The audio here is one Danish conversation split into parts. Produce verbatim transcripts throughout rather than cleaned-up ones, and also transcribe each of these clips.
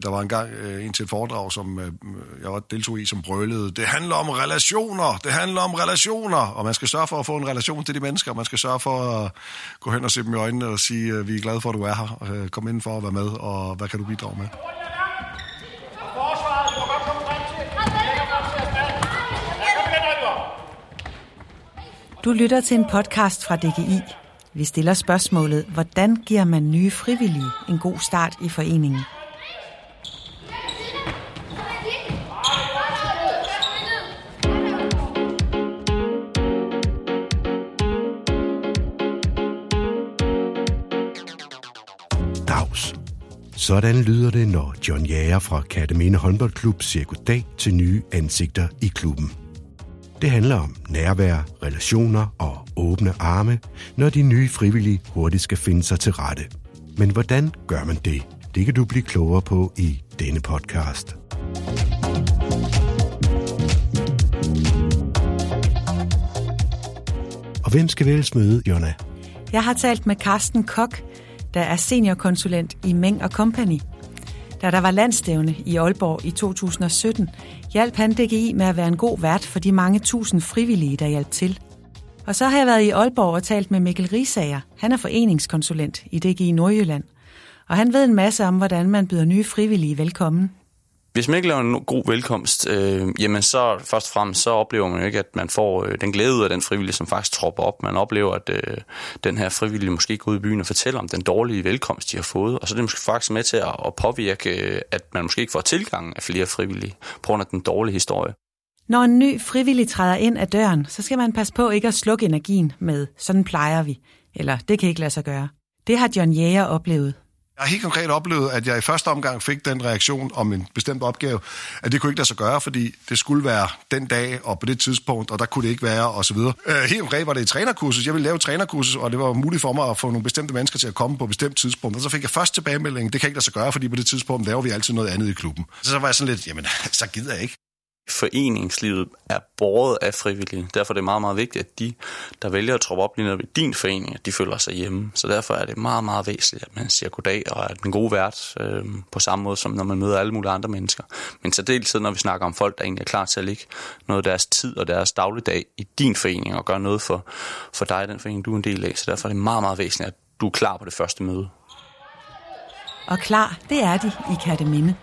Der var engang øh, en til et foredrag, som øh, jeg var deltog i, som brølede. Det handler om relationer, det handler om relationer, og man skal sørge for at få en relation til de mennesker, man skal sørge for at gå hen og se dem i øjnene og sige, øh, vi er glade for, at du er her, øh, kom ind for at være med, og hvad kan du bidrage med? Du lytter til en podcast fra D G I. Vi stiller spørgsmålet, hvordan giver man nye frivillige en god start i foreningen? Dags. Sådan lyder det, når John Jæger fra Kerteminde Håndboldklub siger goddag til nye ansigter i klubben. Det handler om nærvær, relationer og åbne arme, når de nye frivillige hurtigt skal finde sig til rette. Men hvordan gør man det? Det kan du blive klogere på i denne podcast. Og hvem skal vi ellers møde, Jonna? Jeg har talt med Carsten Koch, der er seniorkonsulent i Meng og Company. Da der var landsstævne i Aalborg i to tusind og sytten, hjalp han D G I med at være en god vært for de mange tusind frivillige, der hjalp til. Og så har jeg været i Aalborg og talt med Mikkel Risager. Han er foreningskonsulent i D G I Nordjylland. Og han ved en masse om, hvordan man byder nye frivillige velkommen. Hvis man ikke laver en god velkomst, øh, jamen så først og fremmest så oplever man jo ikke, at man får øh, den glæde ud af den frivillige, som faktisk tropper op. Man oplever, at øh, den her frivillige måske går ud i byen og fortæller om den dårlige velkomst, de har fået. Og så er det måske faktisk med til at, at påvirke, øh, at man måske ikke får tilgang af flere frivillige på grund af den dårlige historie. Når en ny frivillig træder ind ad døren, så skal man passe på ikke at slukke energien med, sådan plejer vi. Eller det kan ikke lade sig gøre. Det har John Jæger oplevet. Jeg har helt konkret oplevet, at jeg i første omgang fik den reaktion om en bestemt opgave, at det kunne ikke lade sig gøre, fordi det skulle være den dag og på det tidspunkt, og der kunne det ikke være, og så videre. Helt konkret var det et trænerkursus. Jeg ville lave et trænerkursus, og det var muligt for mig at få nogle bestemte mennesker til at komme på et bestemt tidspunkt. Og så fik jeg først tilbagemelding, det kan ikke lade sig gøre, fordi på det tidspunkt laver vi altid noget andet i klubben. Så var jeg sådan lidt, jamen, så gider jeg ikke. Foreningslivet er båret af frivillige. Derfor er det meget, meget vigtigt, at de, der vælger at troppe op lige ned ved din forening, at de føler sig hjemme. Så derfor er det meget, meget væsentligt, at man siger goddag og er den gode vært øh, på samme måde, som når man møder alle mulige andre mennesker. Men så deltid, når vi snakker om folk, der egentlig er klar til at lægge noget af deres tid og deres dagligdag i din forening og gøre noget for, for dig, den forening, du er en del af. Så derfor er det meget, meget væsentligt, at du er klar på det første møde. Og klar, det er de i Kerteminde.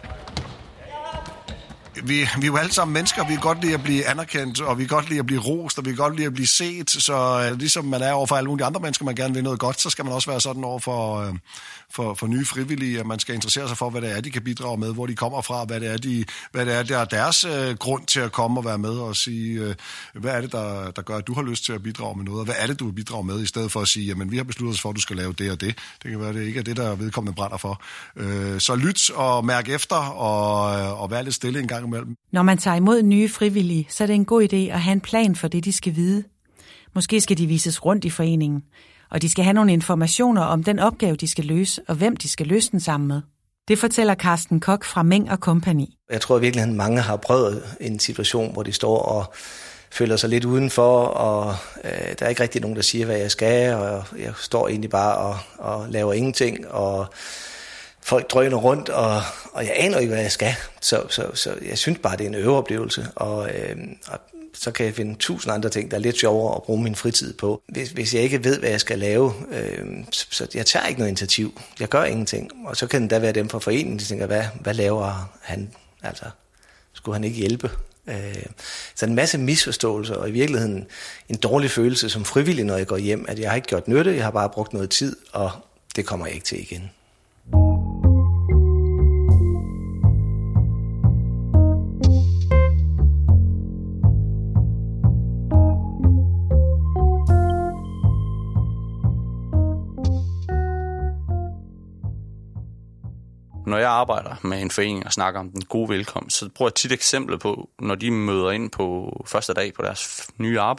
Vi, vi er jo alle sammen mennesker, vi kan godt lide at blive anerkendt, og vi kan godt lide at blive rost, og vi kan godt lide at blive set, så uh, ligesom man er over for alle mulige andre mennesker, man gerne vil noget godt, så skal man også være sådan over for, uh, for, for nye frivillige, at man skal interessere sig for, hvad det er, de kan bidrage med, hvor de kommer fra, hvad det er, de, hvad det er der er deres uh, grund til at komme og være med og sige, uh, hvad er det, der, der gør, at du har lyst til at bidrage med noget, og hvad er det, du vil bidrage med, i stedet for at sige, jamen vi har besluttet os for, at du skal lave det og det. Det kan være, det ikke er det, der vedkommende brænder for. Uh, så lyt og mærk efter, og, og vær lidt stille en gang imellem. Når man tager imod nye frivillige, så er det en god idé at have en plan for det, de skal vide. Måske skal de vises rundt i foreningen, og de skal have nogle informationer om den opgave, de skal løse, og hvem de skal løse den sammen med. Det fortæller Carsten Koch fra Meng og Company. Jeg tror virkelig, at mange har prøvet en situation, hvor de står og føler sig lidt udenfor, og øh, der er ikke rigtig nogen, der siger, hvad jeg skal, og jeg står egentlig bare og, og laver ingenting, og folk drøner rundt, og, og jeg aner ikke, hvad jeg skal. Så, så, så jeg synes bare, det er en øveoplevelse, og, øh, og så kan jeg finde tusind andre ting, der er lidt sjovere at bruge min fritid på. Hvis, hvis jeg ikke ved, hvad jeg skal lave, øh, så, så jeg tager ikke noget initiativ. Jeg gør ingenting. Og så kan det da være dem fra foreningen, de tænker, hvad, hvad laver han? Altså, skulle han ikke hjælpe? Øh, så en masse misforståelser, og i virkeligheden en dårlig følelse som frivillig, når jeg går hjem, at jeg har ikke gjort nytte, jeg har bare brugt noget tid, og det kommer jeg ikke til igen. Når jeg arbejder med en forening og snakker om den gode velkomst, så bruger jeg tit eksempler på, når de møder ind på første dag på deres nye arbejde,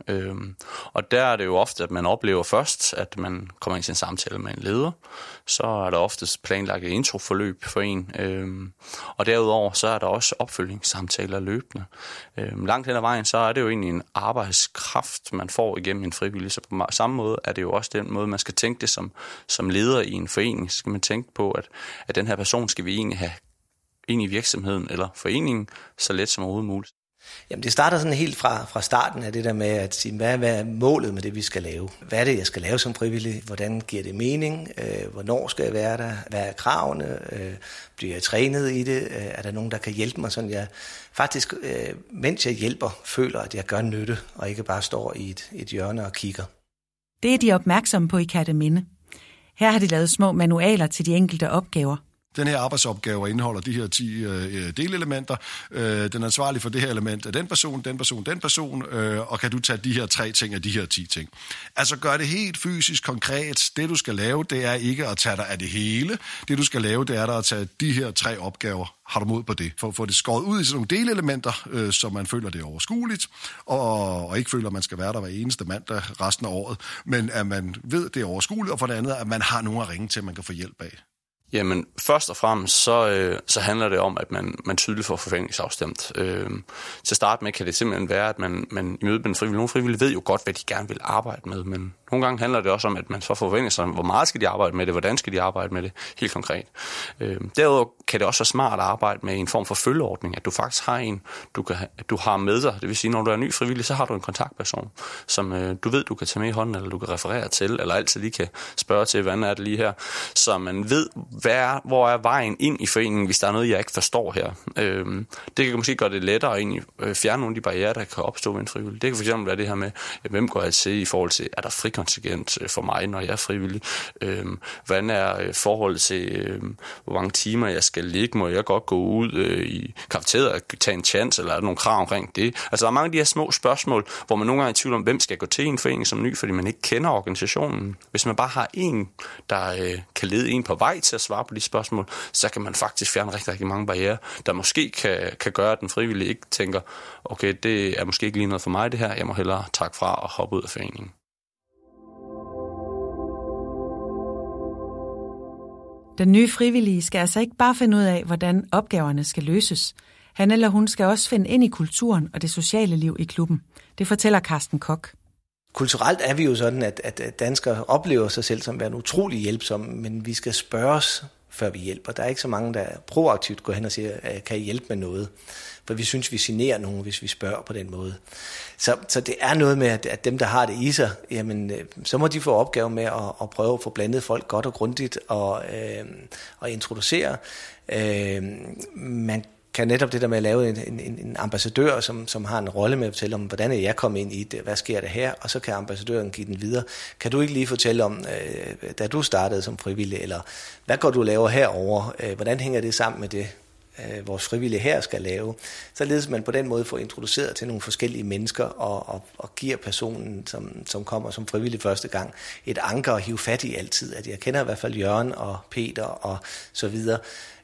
Øhm, og der er det jo ofte, at man oplever først, at man kommer ind til en samtale med en leder. Så er der oftest planlagt et introforløb for en. Øhm, og derudover så er der også opfølgningssamtaler løbende. Øhm, langt hen ad vejen, så er det jo egentlig en arbejdskraft, man får igennem en frivillig. Så på samme måde er det jo også den måde, man skal tænke det som, som leder i en forening. Så skal man tænke på, at, at den her person skal vi egentlig have ind i virksomheden eller foreningen så let som overhovedet muligt. Jamen det starter sådan helt fra, fra starten af det der med at sige, hvad, hvad er målet med det, vi skal lave? Hvad er det, jeg skal lave som frivillig? Hvordan giver det mening? Øh, hvornår skal jeg være der? Hvad er kravene? Øh, bliver jeg trænet i det? Øh, er der nogen, der kan hjælpe mig? Sådan jeg faktisk, øh, mens jeg hjælper, føler, at jeg gør nytte, og ikke bare står i et, et hjørne og kigger. Det er de opmærksomme på i Kerteminde. Her har de lavet små manualer til de enkelte opgaver. Den her arbejdsopgave indeholder de her ti øh, delelementer. Øh, den er ansvarlig for det her element af den person, den person, den person, øh, og kan du tage de her tre ting af de her ti ting. Altså gør det helt fysisk konkret. Det du skal lave, det er ikke at tage dig af det hele. Det du skal lave, det er der at tage de her tre opgaver. Har du mod på det? For at få det skåret ud i sådan nogle delelementer, øh, så man føler, det er overskueligt, og, og ikke føler, at man skal være der hver eneste mandag resten af året, men at man ved, det er overskueligt, og for det andet, at man har nogen at ringe til, man kan få hjælp af. Jamen, først og fremmest, så, øh, så handler det om, at man, man tydeligt får forventningsafstemt. Øh, til at starte med kan det simpelthen være, at man, man i møde med en frivillig. Nogle frivillige ved jo godt, hvad de gerne vil arbejde med, men nogle gange handler det også om, at man så får forventninger, hvor meget skal de arbejde med det, hvordan skal de arbejde med det, helt konkret. Øh, derudover kan det også være smart at arbejde med en form for følgeordning, at du faktisk har en, du, kan, du har med dig. Det vil sige, når du er ny frivillig, så har du en kontaktperson, som øh, du ved, du kan tage med i hånden, eller du kan referere til, eller altid lige kan spørge til, hvordan er det lige her, så man ved, hvad er, hvor er vejen ind i foreningen, hvis der er noget, jeg ikke forstår her. Øhm, det kan måske gøre det lettere at egentlig, øh, fjerne nogle af de barrierer, der kan opstå ved en frivillig. Det kan fx være det her med, hvem går jeg til i forhold til, er der frikontingent for mig, når jeg er frivillig? Øhm, hvordan er forholdet til, øh, hvor mange timer jeg skal ligge? Må jeg godt gå ud øh, i kafeteriet og tage en chance, eller er der nogle krav omkring det? Altså der er mange af de her små spørgsmål, hvor man nogle gange er i tvivl om, hvem skal gå til en forening som ny, fordi man ikke kender organisationen. Hvis man bare har en, der øh, kan lede en på vej til at svare på de spørgsmål, så kan man faktisk fjerne rigtig, rigtig mange barrierer, der måske kan, kan gøre, at den frivillige ikke tænker, okay, det er måske ikke lige noget for mig det her, jeg må hellere trække fra og hoppe ud af foreningen. Den nye frivillige skal altså ikke bare finde ud af, hvordan opgaverne skal løses. Han eller hun skal også finde ind i kulturen og det sociale liv i klubben. Det fortæller Carsten Koch. Kulturelt er vi jo sådan, at, at danskere oplever sig selv som værende utrolig hjælpsomme, men vi skal spørges, før vi hjælper. Der er ikke så mange, der proaktivt går hen og siger, kan I hjælpe med noget? For vi synes, vi generer nogen, hvis vi spørger på den måde. Så, så det er noget med, at, at dem, der har det i sig, jamen, så må de få opgave med at, at prøve at få blandet folk godt og grundigt og, øh, og introducere. Øh, man kan netop det der med at lave en, en, en ambassadør, som, som har en rolle med at fortælle om, hvordan er jeg kommet ind i det, hvad sker der her, og så kan ambassadøren give den videre. Kan du ikke lige fortælle om, øh, da du startede som frivillig, eller hvad går du laver herover? Øh, hvordan hænger det sammen med det, øh, vores frivillige her skal lave? Således man på den måde får introduceret til nogle forskellige mennesker, og, og, og giver personen, som, som kommer som frivillig første gang, et anker at hive fat i altid. At jeg kender i hvert fald Jørgen og Peter og så videre.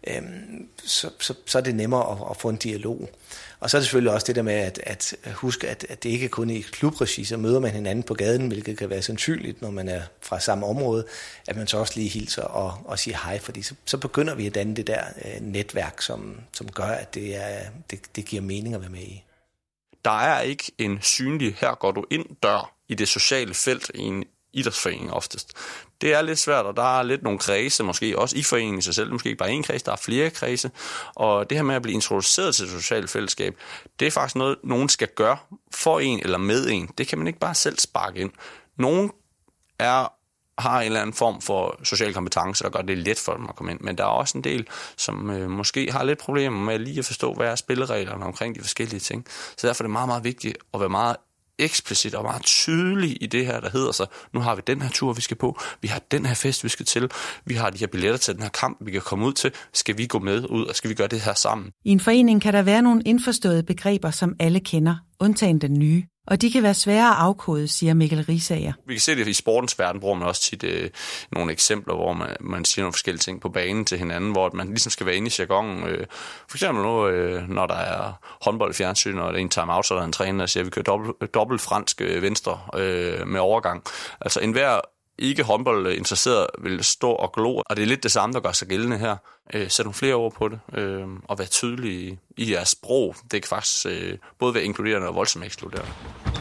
Så, så, så er det nemmere at, at få en dialog. Og så er det selvfølgelig også det der med at, at huske, at, at det ikke er kun i klubregi, så møder man hinanden på gaden, hvilket kan være sandsynligt, når man er fra samme område, at man så også lige hilser og, og siger hej, fordi så, så begynder vi at danne det der øh, netværk, som, som gør, at det, er, det, det giver mening at være med i. Der er ikke en synlig, her går du ind dør i det sociale felt i en idrætsforening oftest. Det er lidt svært, og der er lidt nogle kredse, måske også i foreningen i sig selv, måske ikke bare én kreds, der er flere kredse, og det her med at blive introduceret til det sociale fællesskab, det er faktisk noget, nogen skal gøre for en eller med en. Det kan man ikke bare selv sparke ind. Nogen er, har en eller anden form for social kompetence, der gør det let for dem at komme ind, men der er også en del, som øh, måske har lidt problemer med lige at forstå, hvad er spillereglerne omkring de forskellige ting. Så derfor er det meget, meget vigtigt at være meget eksplicit og meget tydelig i det her, der hedder så, nu har vi den her tur, vi skal på, vi har den her fest, vi skal til, vi har de her billetter til den her kamp, vi kan komme ud til, skal vi gå med ud, og skal vi gøre det her sammen? I en forening kan der være nogle indforståede begreber, som alle kender, undtagen den nye. Og de kan være svære at afkode, siger Mikkel Risager. Vi kan se det i sportens verden, bruger man også tit øh, nogle eksempler, hvor man, man siger nogle forskellige ting på banen til hinanden, hvor man ligesom skal være inde i jargonen. Øh, for eksempel nu, øh, når der er håndbold i fjernsyn, og der er en timeout, så der er en træner, der siger, at vi kører dobbelt, dobbelt fransk øh, venstre øh, med overgang. Altså enhver ikke håndboldinteresseret vil stå og glo, og det er lidt det samme, der gør sig gældende her. Øh, sæt nogle flere ord på det, øh, og være tydelige i jeres sprog. Det kan faktisk øh, både være inkluderende og voldsomt ekskluderende.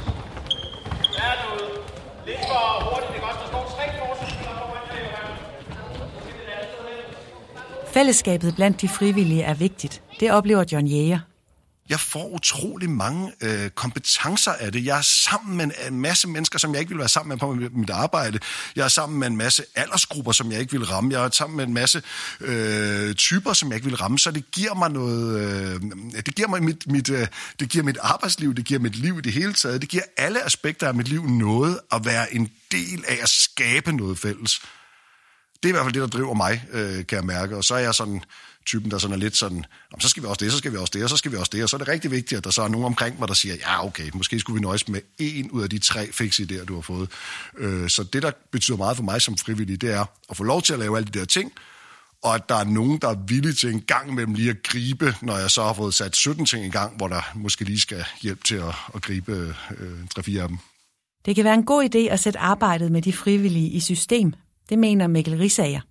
Lidt for hurtigt, det kan også, der står tre forsvarsspillere foran. Fællesskabet blandt de frivillige er vigtigt. Det oplever John Jæger. Jeg får utrolig mange øh, kompetencer af det. Jeg er sammen med en masse mennesker, som jeg ikke vil være sammen med på mit arbejde. Jeg er sammen med en masse aldersgrupper, som jeg ikke vil ramme. Jeg er sammen med en masse øh, typer, som jeg ikke vil ramme. Så det giver mig noget. Øh, det giver mig mit, mit, øh, det giver mit arbejdsliv, det giver mit liv i det hele taget. Det giver alle aspekter af mit liv noget at være en del af at skabe noget fælles. Det er i hvert fald det, der driver mig, øh, kan jeg mærke. Og så er jeg sådan typen, der sådan er lidt sådan, så skal vi også det, så skal vi også det, og så skal vi også det. Og så er det rigtig vigtigt, at der så er nogen omkring mig, der siger, ja okay, måske skulle vi nøjes med en ud af de tre fikse idéer, du har fået. Øh, så det, der betyder meget for mig som frivillig, det er at få lov til at lave alle de der ting, og at der er nogen, der er villige til en gang imellem lige at gribe, når jeg så har fået sat sytten ting i gang, hvor der måske lige skal hjælp til at, at gribe øh, tre fire af dem. Det kan være en god idé at sætte arbejdet med de frivillige i system. Det mener Mikkel Risager.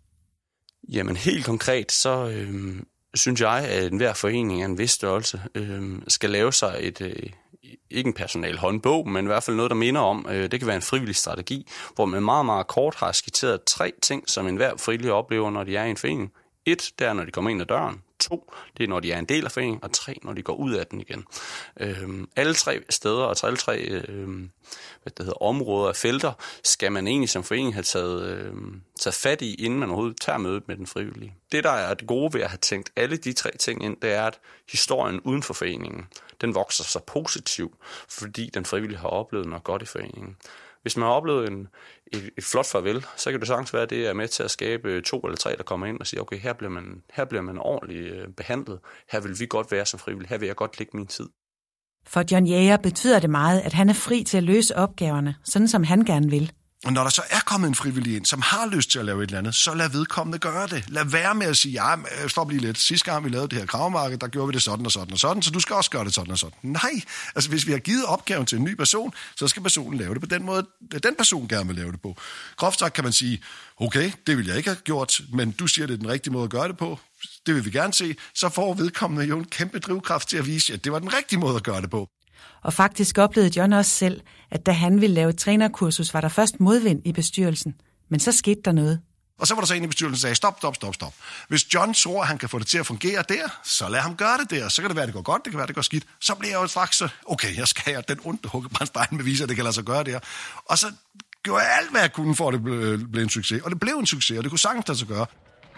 Jamen helt konkret, så øh, synes jeg, at enhver forening af en vis størrelse øh, skal lave sig et, øh, ikke en personal håndbog, men i hvert fald noget, der minder om, øh, det kan være en frivillig strategi, hvor man meget, meget kort har skitseret tre ting, som enhver frivillig oplever, når de er i en forening. Et, det er, når de kommer ind ad døren. To, det er, når de er en del af foreningen. Og tre, når de går ud af den igen. Øhm, alle tre steder, og alle tre øhm, hvad det hedder, områder og felter, skal man egentlig som forening have taget, øhm, taget fat i, inden man overhovedet tager mødet med den frivillige. Det, der er det gode ved at have tænkt alle de tre ting ind, det er, at historien uden for foreningen, den vokser så positivt, fordi den frivillige har oplevet noget godt i foreningen. Hvis man har oplevet en, et, et flot farvel, så kan det sagtens være, at det er med til at skabe to eller tre, der kommer ind og siger, okay, her bliver man, her bliver man ordentligt behandlet. Her vil vi godt være som frivillig. Her vil jeg godt lægge min tid. For John Jæger betyder det meget, at han er fri til at løse opgaverne, sådan som han gerne vil. Og når der så er kommet en frivillig ind, som har lyst til at lave et eller andet, så lad vedkommende gøre det. Lad være med at sige, ja, stop lige lidt. Sidste gang vi lavede det her kravmarked, der gjorde vi det sådan og sådan og sådan, så du skal også gøre det sådan og sådan. Nej, altså hvis vi har givet opgaven til en ny person, så skal personen lave det på den måde, den person gerne vil lave det på. Groft sagt kan man sige, okay, det vil jeg ikke have gjort, men du siger, det er den rigtige måde at gøre det på. Det vil vi gerne se. Så får vedkommende jo en kæmpe drivkraft til at vise, at det var den rigtige måde at gøre det på. Og faktisk oplevede John også selv, at da han ville lave et trænerkursus, var der først modvind i bestyrelsen. Men så skete der noget. Og så var der så en i bestyrelsen, der sagde, stop, stop, stop, stop. Hvis John tror, at han kan få det til at fungere der, så lad ham gøre det der. Så kan det være, at det går godt, det kan være, at det går skidt. Så bliver jeg jo straks så, okay, jeg skal have den onde huggebrændstegn med viser, at det kan lade sig gøre der. Og så gjorde jeg alt, hvad jeg kunne for, at det blev en succes. Og det blev en succes, og det kunne sagtens lade sig gøre.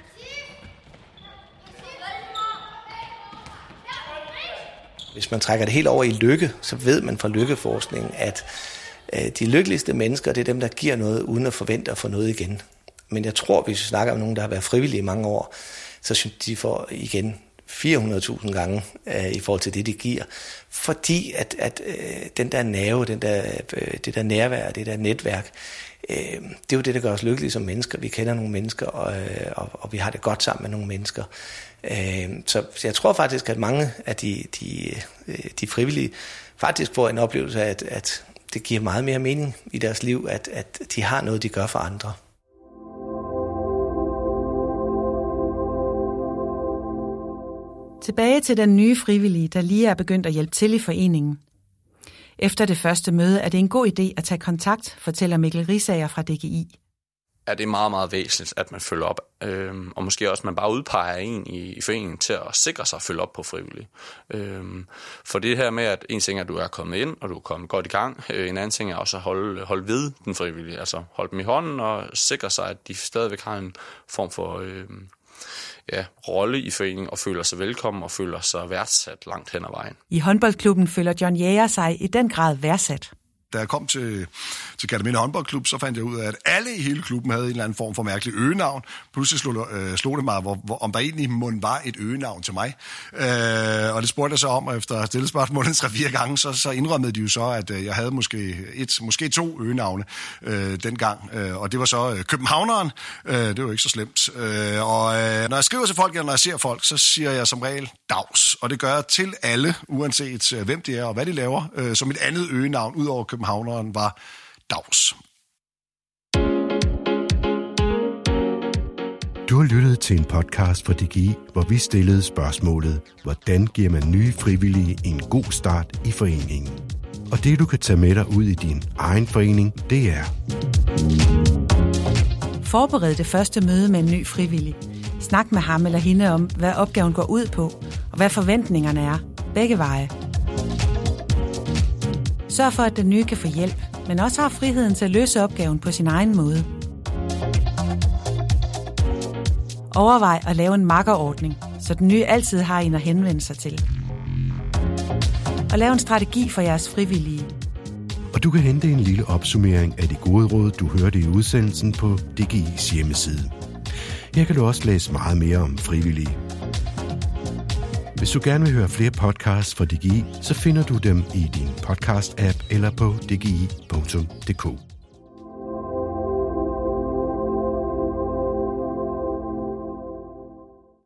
Hvis man trækker det helt over i lykke, så ved man fra lykkeforskningen, at øh, de lykkeligste mennesker, det er dem, der giver noget, uden at forvente at få noget igen. Men jeg tror, hvis vi snakker om nogen, der har været frivillige i mange år, så synes de får igen fire hundrede tusind gange øh, i forhold til det, de giver. Fordi at, at øh, den der nerve, den der, øh, det der nærvær, det der netværk, øh, det er jo det, der gør os lykkelige som mennesker. Vi kender nogle mennesker, og, øh, og, og vi har det godt sammen med nogle mennesker. Så jeg tror faktisk, at mange af de, de, de frivillige faktisk får en oplevelse af, at, at det giver meget mere mening i deres liv, at, at de har noget, de gør for andre. Tilbage til den nye frivillige, der lige er begyndt at hjælpe til i foreningen. Efter det første møde er det en god idé at tage kontakt, fortæller Mikkel Risager fra D G I. Er det meget, meget væsentligt, at man følger op, øhm, og måske også, at man bare udpeger en i, i foreningen til at sikre sig at følge op på frivillige. Øhm, for det her med, at en ting er, at du er kommet ind, og du er kommet godt i gang, øh, en anden ting er også at holde, holde ved den frivillige, altså holde dem i hånden og sikre sig, at de stadigvæk har en form for øh, ja, rolle i foreningen og føler sig velkommen og føler sig værdsat langt hen ad vejen. I håndboldklubben føler John Jæger sig i den grad værdsat. Da jeg kom til, til Kerteminde Håndboldklub, så fandt jeg ud af, at alle i hele klubben havde en eller anden form for mærkelig øgenavn. Pludselig slog, øh, slog det mig, hvor, hvor, om der egentlig måtte var et øgenavn til mig. Øh, og det spurgte jeg så om, og efter at have stillet spørgsmålet tre-fire gange, så, så indrømmede de jo så, at øh, jeg havde måske, et, måske to øgenavne øh, dengang. Øh, og det var så øh, Københavneren. Øh, det var ikke så slemt. Øh, og øh, når jeg skriver til folk, eller når jeg ser folk, så siger jeg som regel Dags. Og det gør jeg til alle, uanset øh, hvem de er og hvad de laver. Øh, som et andet øgenavn, ud over Københavneren, var Dags. Du har lyttet til en podcast fra D G I, hvor vi stillede spørgsmålet, hvordan giver man nye frivillige en god start i foreningen? Og det, du kan tage med dig ud i din egen forening, det er: Forbered det første møde med en ny frivillig. Snak med ham eller hende om, hvad opgaven går ud på, og hvad forventningerne er. Begge veje. Sørg for, at den nye kan få hjælp, men også har friheden til at løse opgaven på sin egen måde. Overvej at lave en makkerordning, så den nye altid har en at henvende sig til. Og lav en strategi for jeres frivillige. Og du kan hente en lille opsummering af de gode råd, du hørte i udsendelsen på D G I's hjemmeside. Her kan du også læse meget mere om frivillige. Hvis du gerne vil høre flere podcasts fra D G I, så finder du dem i din podcast-app eller på d g i punktum d k.